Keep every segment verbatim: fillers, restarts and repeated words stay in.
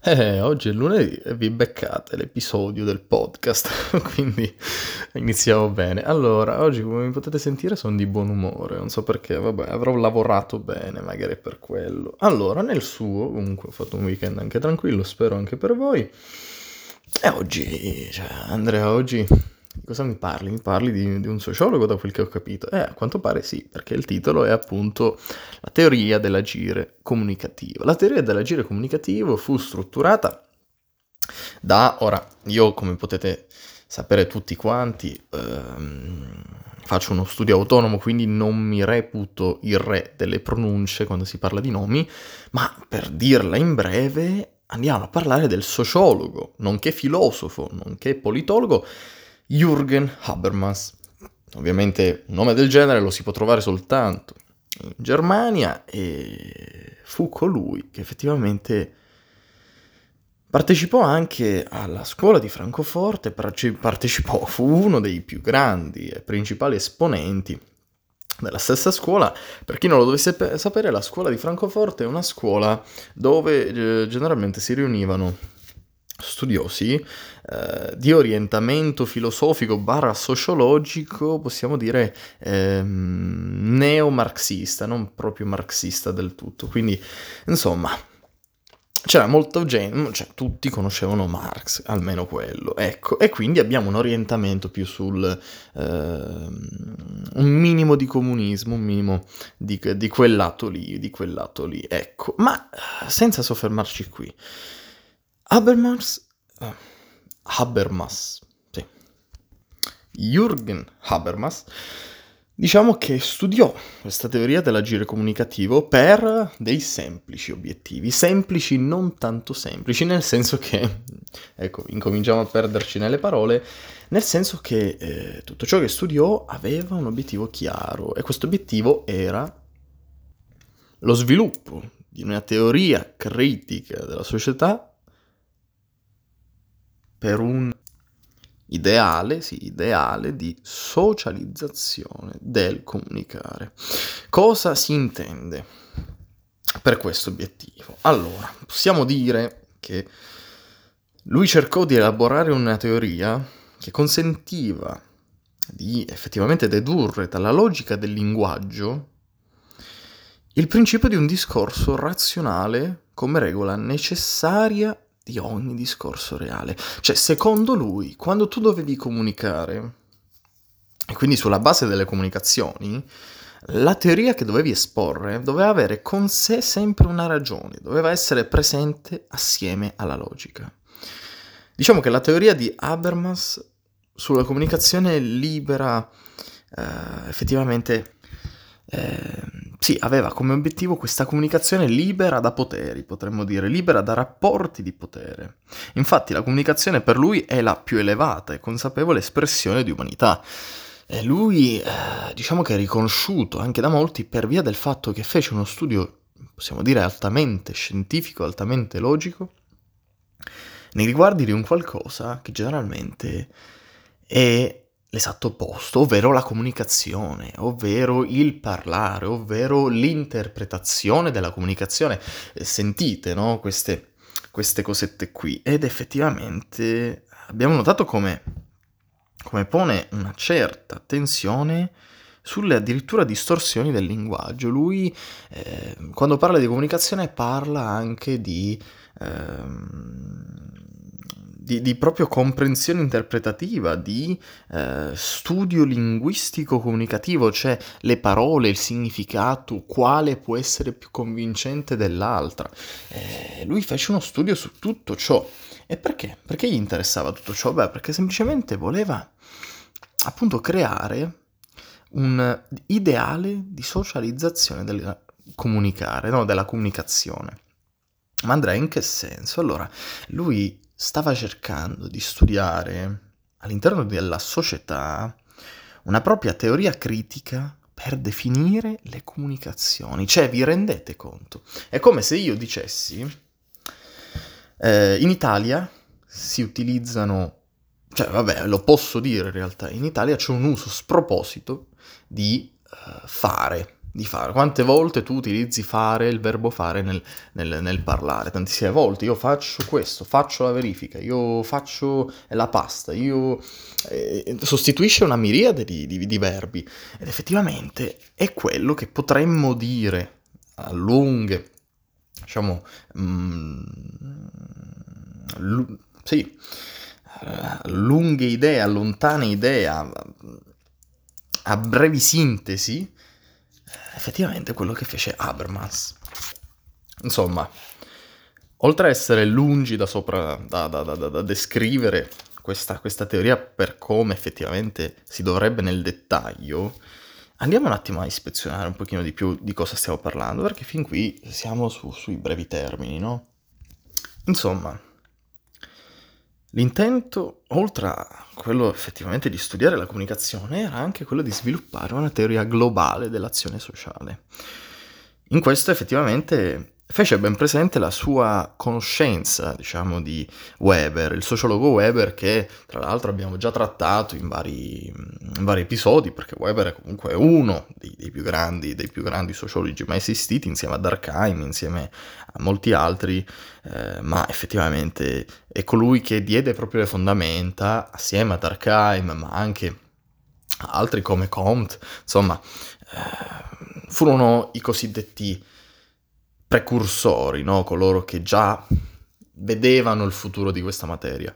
Eh, oggi è lunedì e vi beccate l'episodio del podcast, quindi iniziamo bene. Allora, oggi come mi potete sentire sono di buon umore, non so perché, vabbè, avrò lavorato bene, magari è per quello. Allora, nel suo, comunque ho fatto un weekend anche tranquillo, spero anche per voi. E oggi, cioè, Andrea, oggi di cosa mi parli? Mi parli di, di un sociologo, da quel che ho capito? Eh, a quanto pare sì, perché il titolo è appunto la teoria dell'agire comunicativo. La teoria dell'agire comunicativo fu strutturata da, ora, io come potete sapere tutti quanti, ehm, faccio uno studio autonomo, quindi non mi reputo il re delle pronunce quando si parla di nomi, ma per dirla in breve andiamo a parlare del sociologo, nonché filosofo, nonché politologo, Jürgen Habermas. Ovviamente un nome del genere lo si può trovare soltanto in Germania e fu colui che effettivamente partecipò anche alla scuola di Francoforte, partecipò, fu uno dei più grandi e principali esponenti della stessa scuola. Per chi non lo dovesse sapere, la scuola di Francoforte è una scuola dove eh, generalmente si riunivano studiosi eh, di orientamento filosofico barra sociologico, possiamo dire ehm, neo-marxista, non proprio marxista del tutto. Quindi, insomma, c'era molto gente, cioè tutti conoscevano Marx, almeno quello, ecco, e quindi abbiamo un orientamento più sul ehm, un minimo di comunismo, un minimo di, di quel lato lì, di quel lato lì, ecco, ma eh, senza soffermarci qui. Habermas, eh, Habermas, sì, Jürgen Habermas, diciamo che studiò questa teoria dell'agire comunicativo per dei semplici obiettivi, semplici non tanto semplici, nel senso che, ecco, incominciamo a perderci nelle parole, nel senso che eh, tutto ciò che studiò aveva un obiettivo chiaro, e questo obiettivo era lo sviluppo di una teoria critica della società per un ideale, sì, ideale di socializzazione del comunicare. Cosa si intende per questo obiettivo? Allora, possiamo dire che lui cercò di elaborare una teoria che consentiva di effettivamente dedurre dalla logica del linguaggio il principio di un discorso razionale come regola necessaria di ogni discorso reale. Cioè, secondo lui, quando tu dovevi comunicare, e quindi sulla base delle comunicazioni, la teoria che dovevi esporre doveva avere con sé sempre una ragione, doveva essere presente assieme alla logica. Diciamo che la teoria di Habermas sulla comunicazione libera eh, effettivamente eh, sì, aveva come obiettivo questa comunicazione libera da poteri, potremmo dire, libera da rapporti di potere. Infatti la comunicazione per lui è la più elevata e consapevole espressione di umanità. E lui, eh, diciamo che è riconosciuto anche da molti per via del fatto che fece uno studio, possiamo dire, altamente scientifico, altamente logico, nei riguardi di un qualcosa che generalmente è l'esatto opposto, ovvero la comunicazione, ovvero il parlare, ovvero l'interpretazione della comunicazione. Sentite, no? Queste, queste cosette qui. Ed effettivamente abbiamo notato come, come pone una certa tensione sulle addirittura distorsioni del linguaggio. Lui, eh, quando parla di comunicazione, parla anche di... ehm, Di, di proprio comprensione interpretativa, di eh, studio linguistico comunicativo, cioè le parole, il significato, quale può essere più convincente dell'altra. Eh, lui fece uno studio su tutto ciò. E perché? Perché gli interessava tutto ciò? Beh, perché semplicemente voleva appunto creare un ideale di socializzazione del comunicare, no? Della comunicazione. Ma Andrea, in che senso? Allora, lui stava cercando di studiare all'interno della società una propria teoria critica per definire le comunicazioni. Cioè, vi rendete conto? È come se io dicessi, eh, in Italia si utilizzano, cioè vabbè, lo posso dire in realtà, in Italia c'è un uso sproposito di eh, fare. di fare. Quante volte tu utilizzi fare, il verbo fare nel, nel, nel parlare? Tantissime volte. Io faccio questo, faccio la verifica, io faccio la pasta, io... Eh, sostituisce una miriade di, di, di verbi. Ed effettivamente è quello che potremmo dire a lunghe, diciamo, mm, lu- sì, a lunghe idee, a lontane idee, a, a brevi sintesi, effettivamente quello che fece Habermas. Insomma, oltre a essere lungi da, sopra, da, da, da, da descrivere questa, questa teoria per come effettivamente si dovrebbe nel dettaglio, andiamo un attimo a ispezionare un pochino di più di cosa stiamo parlando, perché fin qui siamo su, sui brevi termini, no? Insomma, l'intento, oltre a quello effettivamente di studiare la comunicazione, era anche quello di sviluppare una teoria globale dell'azione sociale. In questo effettivamente fece ben presente la sua conoscenza, diciamo, di Weber, il sociologo Weber, che tra l'altro abbiamo già trattato in vari, in vari episodi, perché Weber è comunque uno dei, dei, più grandi, dei più grandi sociologi mai esistiti, insieme a Durkheim, insieme a molti altri, eh, ma effettivamente è colui che diede proprio le fondamenta, assieme a Durkheim, ma anche altri come Comte, insomma, eh, furono i cosiddetti precursori, no? Coloro che già vedevano il futuro di questa materia.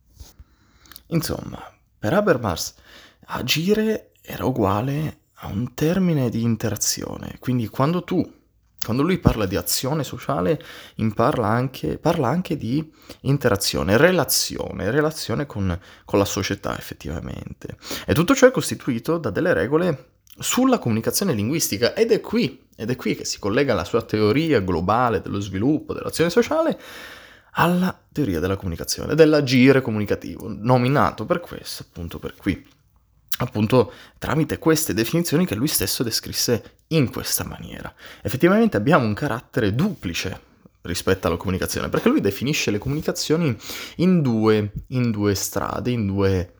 Insomma, per Habermas agire era uguale a un termine di interazione, quindi quando tu, quando lui parla di azione sociale, parla anche, parla anche di interazione, relazione, relazione con, con la società effettivamente. E tutto ciò è costituito da delle regole sulla comunicazione linguistica, ed è qui, ed è qui che si collega la sua teoria globale dello sviluppo dell'azione sociale alla teoria della comunicazione, dell'agire comunicativo, nominato per questo, appunto per qui, appunto tramite queste definizioni che lui stesso descrisse in questa maniera. Effettivamente abbiamo un carattere duplice rispetto alla comunicazione, perché lui definisce le comunicazioni in due, in due strade, in due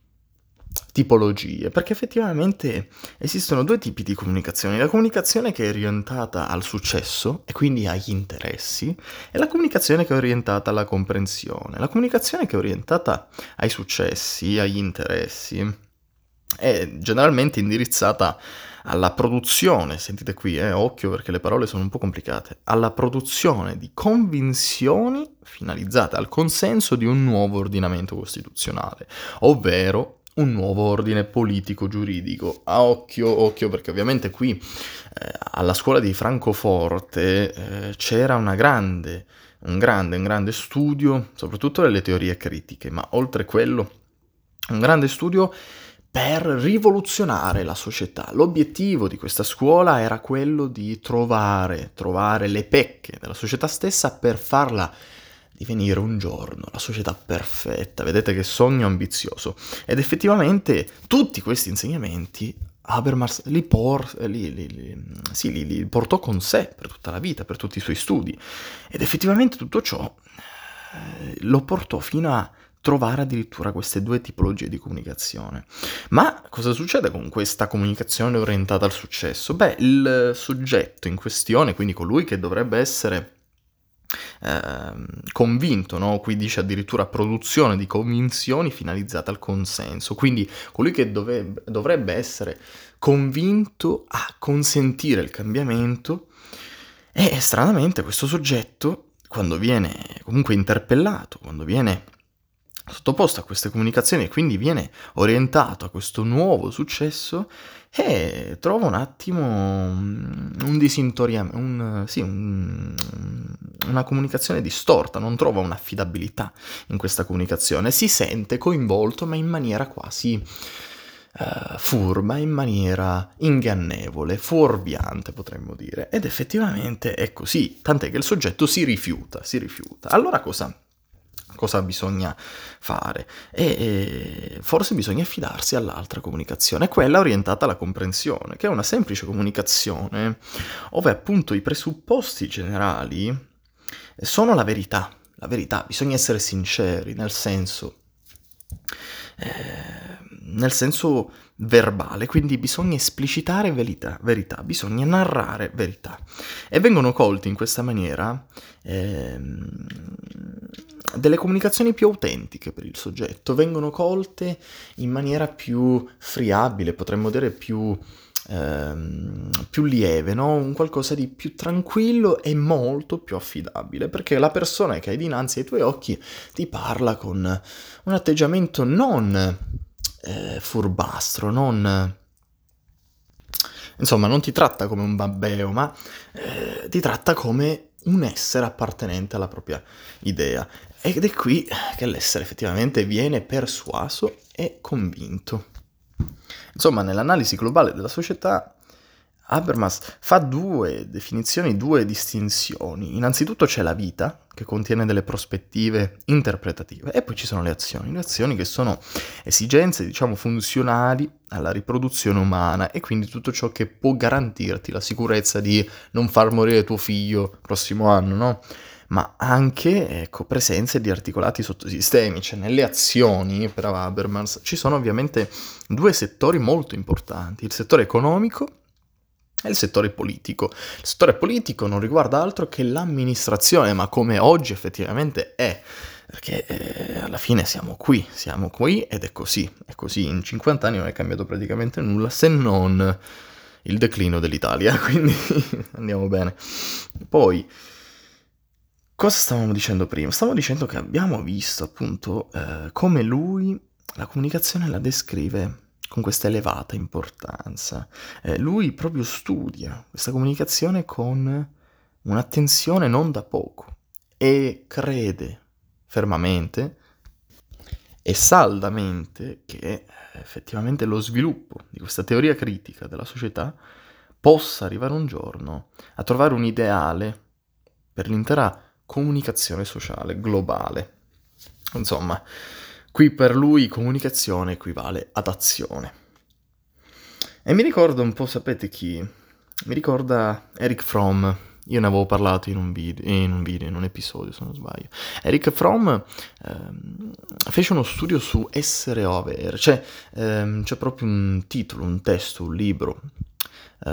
tipologie, perché effettivamente esistono due tipi di comunicazioni: la comunicazione che è orientata al successo e quindi agli interessi, e la comunicazione che è orientata alla comprensione. La comunicazione che è orientata ai successi, agli interessi, è generalmente indirizzata alla produzione, sentite qui, eh, occhio perché le parole sono un po' complicate, alla produzione di convinzioni finalizzate al consenso di un nuovo ordinamento costituzionale, ovvero un nuovo ordine politico-giuridico. A occhio, occhio, perché ovviamente qui eh, alla scuola di Francoforte eh, c'era una grande, un grande, un grande studio, soprattutto delle teorie critiche, ma oltre quello, un grande studio per rivoluzionare la società. L'obiettivo di questa scuola era quello di trovare, trovare le pecche della società stessa per farla divenire un giorno la società perfetta. Vedete che sogno ambizioso. Ed effettivamente tutti questi insegnamenti Habermas li, por- li, li, li, sì, li, li portò con sé per tutta la vita, per tutti i suoi studi. Ed effettivamente tutto ciò eh, lo portò fino a trovare addirittura queste due tipologie di comunicazione. Ma cosa succede con questa comunicazione orientata al successo? Beh, il soggetto in questione, quindi colui che dovrebbe essere eh, convinto, no? Qui dice addirittura produzione di convinzioni finalizzate al consenso, quindi colui che dove, dovrebbe essere convinto a consentire il cambiamento, e stranamente questo soggetto, quando viene comunque interpellato, quando viene sottoposto a queste comunicazioni e quindi viene orientato a questo nuovo successo, e trova un attimo un disintoriamento, un, sì, un, una comunicazione distorta, non trova un'affidabilità in questa comunicazione, si sente coinvolto ma in maniera quasi uh, furba, in maniera ingannevole, fuorviante potremmo dire, ed effettivamente è così, tant'è che il soggetto si rifiuta, si rifiuta. Allora cosa? Cosa bisogna fare? E, e forse bisogna affidarsi all'altra comunicazione, quella orientata alla comprensione, che è una semplice comunicazione dove appunto i presupposti generali sono la verità. La verità, bisogna essere sinceri, nel senso, eh, nel senso verbale, quindi bisogna esplicitare verità, verità, bisogna narrare verità. E vengono colti in questa maniera ehm, delle comunicazioni più autentiche per il soggetto, vengono colte in maniera più friabile, potremmo dire più, ehm, più lieve, no? Un qualcosa di più tranquillo e molto più affidabile, perché la persona che hai dinanzi ai tuoi occhi ti parla con un atteggiamento non eh, furbastro, non... Insomma, non ti tratta come un babbeo, ma eh, ti tratta come un essere appartenente alla propria idea. Ed è qui che l'essere effettivamente viene persuaso e convinto. Insomma, nell'analisi globale della società, Habermas fa due definizioni, due distinzioni. Innanzitutto c'è la vita, che contiene delle prospettive interpretative, e poi ci sono le azioni. Le azioni che sono esigenze, diciamo, funzionali alla riproduzione umana, e quindi tutto ciò che può garantirti la sicurezza di non far morire tuo figlio il prossimo anno, no? Ma anche, ecco, presenze di articolati sottosistemi. Cioè, nelle azioni, per Habermas, ci sono ovviamente due settori molto importanti: il settore economico e il settore politico. Il settore politico non riguarda altro che l'amministrazione, ma come oggi effettivamente è, perché eh, alla fine siamo qui, siamo qui ed è così, è così. In cinquanta anni non è cambiato praticamente nulla, se non il declino dell'Italia, quindi andiamo bene. Poi, cosa stavamo dicendo prima? Stavamo dicendo che abbiamo visto appunto eh, come lui la comunicazione la descrive con questa elevata importanza. Eh, lui proprio studia questa comunicazione con un'attenzione non da poco e crede fermamente e saldamente che eh, effettivamente lo sviluppo di questa teoria critica della società possa arrivare un giorno a trovare un ideale per l'intera comunicazione sociale globale. Insomma, qui per lui comunicazione equivale ad azione. E mi ricordo un po', sapete chi? Mi ricorda Erich Fromm. Io ne avevo parlato in un video, in un, video, in un episodio se non sbaglio. Erich Fromm ehm, fece uno studio su essere o avere. Cioè, ehm, c'è proprio un titolo, un testo, un libro eh,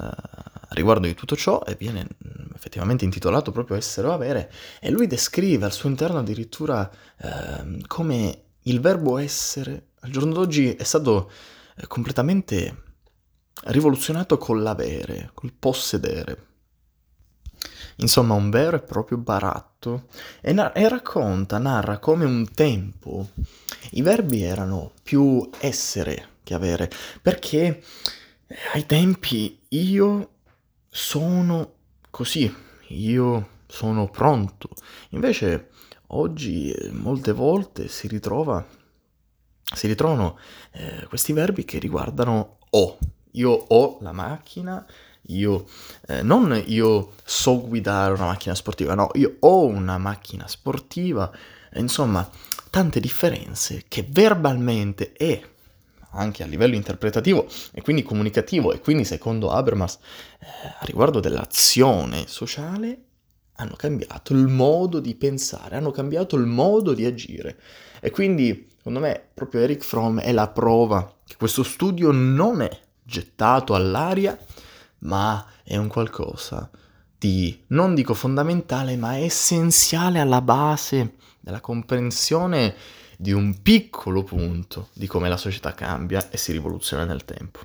a riguardo di tutto ciò, e viene effettivamente intitolato proprio Essere o avere, e lui descrive al suo interno addirittura eh, come il verbo essere al giorno d'oggi è stato eh, completamente rivoluzionato con l'avere, col possedere. Insomma, un vero e proprio baratto. E, na- e racconta, narra come un tempo i verbi erano più essere che avere, perché ai tempi io sono così, io sono pronto. Invece oggi eh, molte volte si ritrova, si ritrovano eh, questi verbi che riguardano ho. Io ho la macchina, io eh, non io so guidare una macchina sportiva, no, io ho una macchina sportiva. Insomma, tante differenze che verbalmente e anche a livello interpretativo e quindi comunicativo, e quindi secondo Habermas eh, a riguardo dell'azione sociale, hanno cambiato il modo di pensare, hanno cambiato il modo di agire. E quindi, secondo me, proprio Erich Fromm è la prova che questo studio non è gettato all'aria, ma è un qualcosa di, non dico fondamentale, ma essenziale alla base della comprensione di un piccolo punto di come la società cambia e si rivoluziona nel tempo.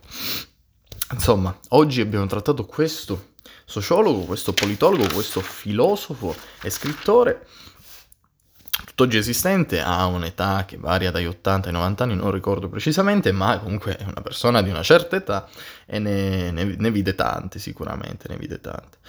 Insomma, oggi abbiamo trattato questo sociologo, questo politologo, questo filosofo e scrittore, tutt'oggi esistente, ha un'età che varia dagli ottanta ai novanta anni, non ricordo precisamente, ma comunque è una persona di una certa età e ne, ne, ne vide tante, sicuramente, ne vide tante.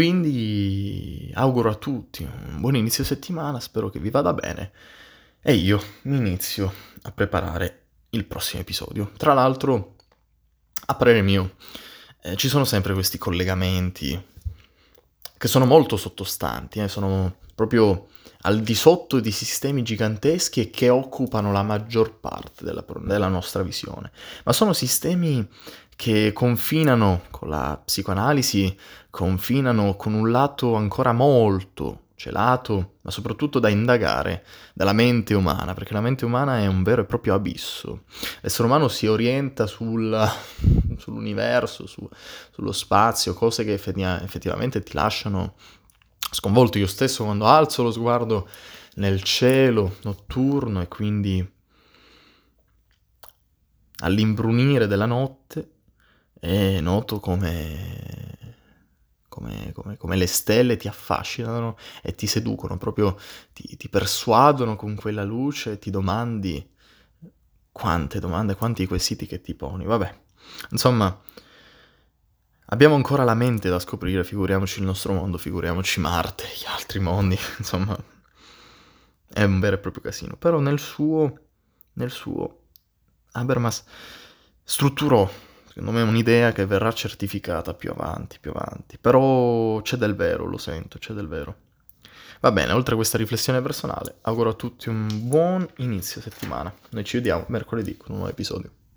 Quindi auguro a tutti un buon inizio settimana, spero che vi vada bene. E io mi inizio a preparare il prossimo episodio. Tra l'altro, a parere mio, eh, ci sono sempre questi collegamenti che sono molto sottostanti, eh, sono proprio al di sotto di sistemi giganteschi e che occupano la maggior parte della, della nostra visione. Ma sono sistemi che confinano con la psicoanalisi, confinano con un lato ancora molto celato, ma soprattutto da indagare dalla mente umana, perché la mente umana è un vero e proprio abisso. L'essere umano si orienta sul sull'universo, su sullo spazio, cose che effettia effettivamente ti lasciano sconvolto. Io stesso quando alzo lo sguardo nel cielo notturno e quindi all'imbrunire della notte, e noto come come come come le stelle ti affascinano e ti seducono, proprio ti ti persuadono con quella luce e ti domandi quante domande, quanti quesiti che ti poni. Vabbè, insomma, abbiamo ancora la mente da scoprire, figuriamoci il nostro mondo, figuriamoci Marte, gli altri mondi, insomma è un vero e proprio casino. Però nel suo nel suo Habermas strutturò, secondo me, un'idea che verrà certificata più avanti, più avanti. Però c'è del vero, lo sento, c'è del vero. Va bene, oltre a questa riflessione personale, auguro a tutti un buon inizio settimana. Noi ci vediamo mercoledì con un nuovo episodio.